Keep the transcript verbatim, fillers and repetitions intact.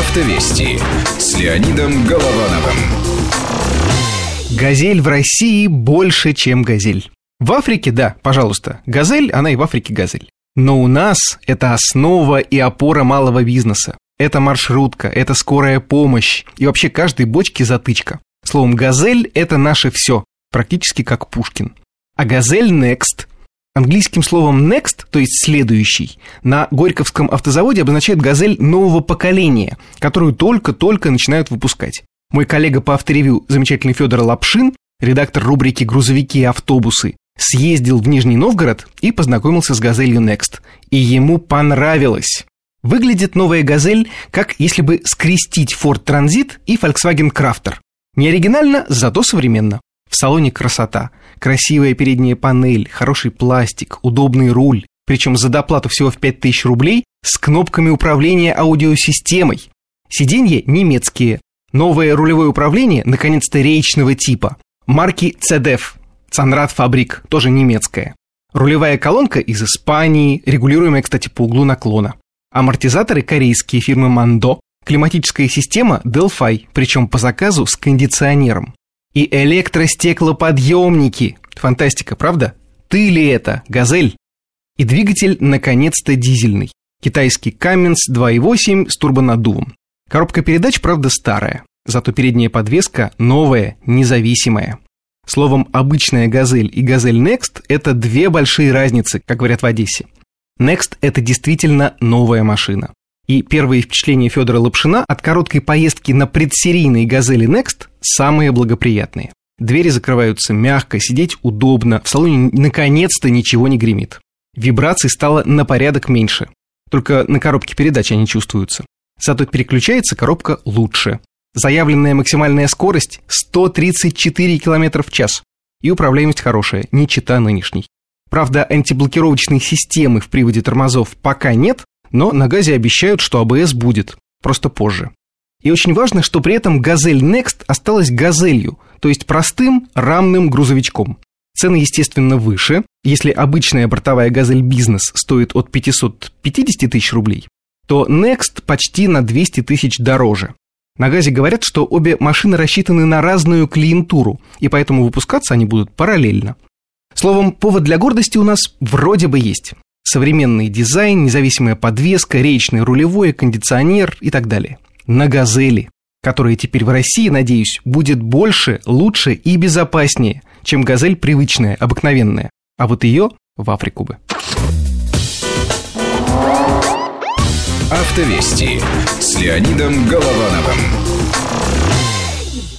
Автовести с Леонидом Головановым. Газель в России больше, чем газель. В Африке, да, пожалуйста, газель, она и в Африке газель. Но у нас это основа и опора малого бизнеса. Это маршрутка, это скорая помощь и вообще каждой бочке затычка. Словом, газель – это наше все, практически как Пушкин. А газель Next, английским словом next, то есть следующий, на Горьковском автозаводе обозначает газель нового поколения, которую только-только начинают выпускать. Мой коллега по авторевью, замечательный Федор Лапшин, редактор рубрики «Грузовики и автобусы», съездил в Нижний Новгород и познакомился с газелью Next. И ему понравилось. Выглядит новая газель, как если бы скрестить Ford Transit и Volkswagen Crafter. Не оригинально, зато современно. В салоне красота, красивая передняя панель, хороший пластик, удобный руль, причем за доплату всего в пять тысяч рублей с кнопками управления аудиосистемой. Сиденья немецкие. Новое рулевое управление, наконец-то, речного типа. Марки си ди эф, Цанрад Фабрик, тоже немецкая. Рулевая колонка из Испании, регулируемая, кстати, по углу наклона. Амортизаторы корейские фирмы Мандо. Климатическая система Delphi, причем по заказу с кондиционером. И электростеклоподъемники. Фантастика, правда? Ты ли это, газель? И двигатель, наконец-то, дизельный. Китайский Cummins два и восемь с турбонаддувом. Коробка передач, правда, старая. Зато передняя подвеска новая, независимая. Словом, обычная газель и газель Next – это две большие разницы, как говорят в Одессе. Next – это действительно новая машина. И первые впечатления Федора Лапшина от короткой поездки на предсерийной газели Next самые благоприятные. Двери закрываются мягко, сидеть удобно, в салоне наконец-то ничего не гремит. Вибраций стало на порядок меньше. Только на коробке передач они чувствуются. Зато переключается коробка лучше. Заявленная максимальная скорость сто тридцать четыре километра в час. И управляемость хорошая, не чета нынешней. Правда, антиблокировочной системы в приводе тормозов пока нет, но на ГАЗе обещают, что АБС будет, просто позже. И очень важно, что при этом газель Next осталась газелью, то есть простым рамным грузовичком. Цены, естественно, выше. Если обычная бортовая газель бизнес стоит от пятьсот пятьдесят тысяч рублей, то Next почти на двести тысяч дороже. На ГАЗе говорят, что обе машины рассчитаны на разную клиентуру, и поэтому выпускаться они будут параллельно. Словом, повод для гордости у нас вроде бы есть. Современный дизайн, независимая подвеска, речный рулевой, кондиционер и так далее. На газели, которая теперь в России, надеюсь, будет больше, лучше и безопаснее, чем газель привычная, обыкновенная. А вот ее в Африку бы. Автовести с Леонидом Головановым.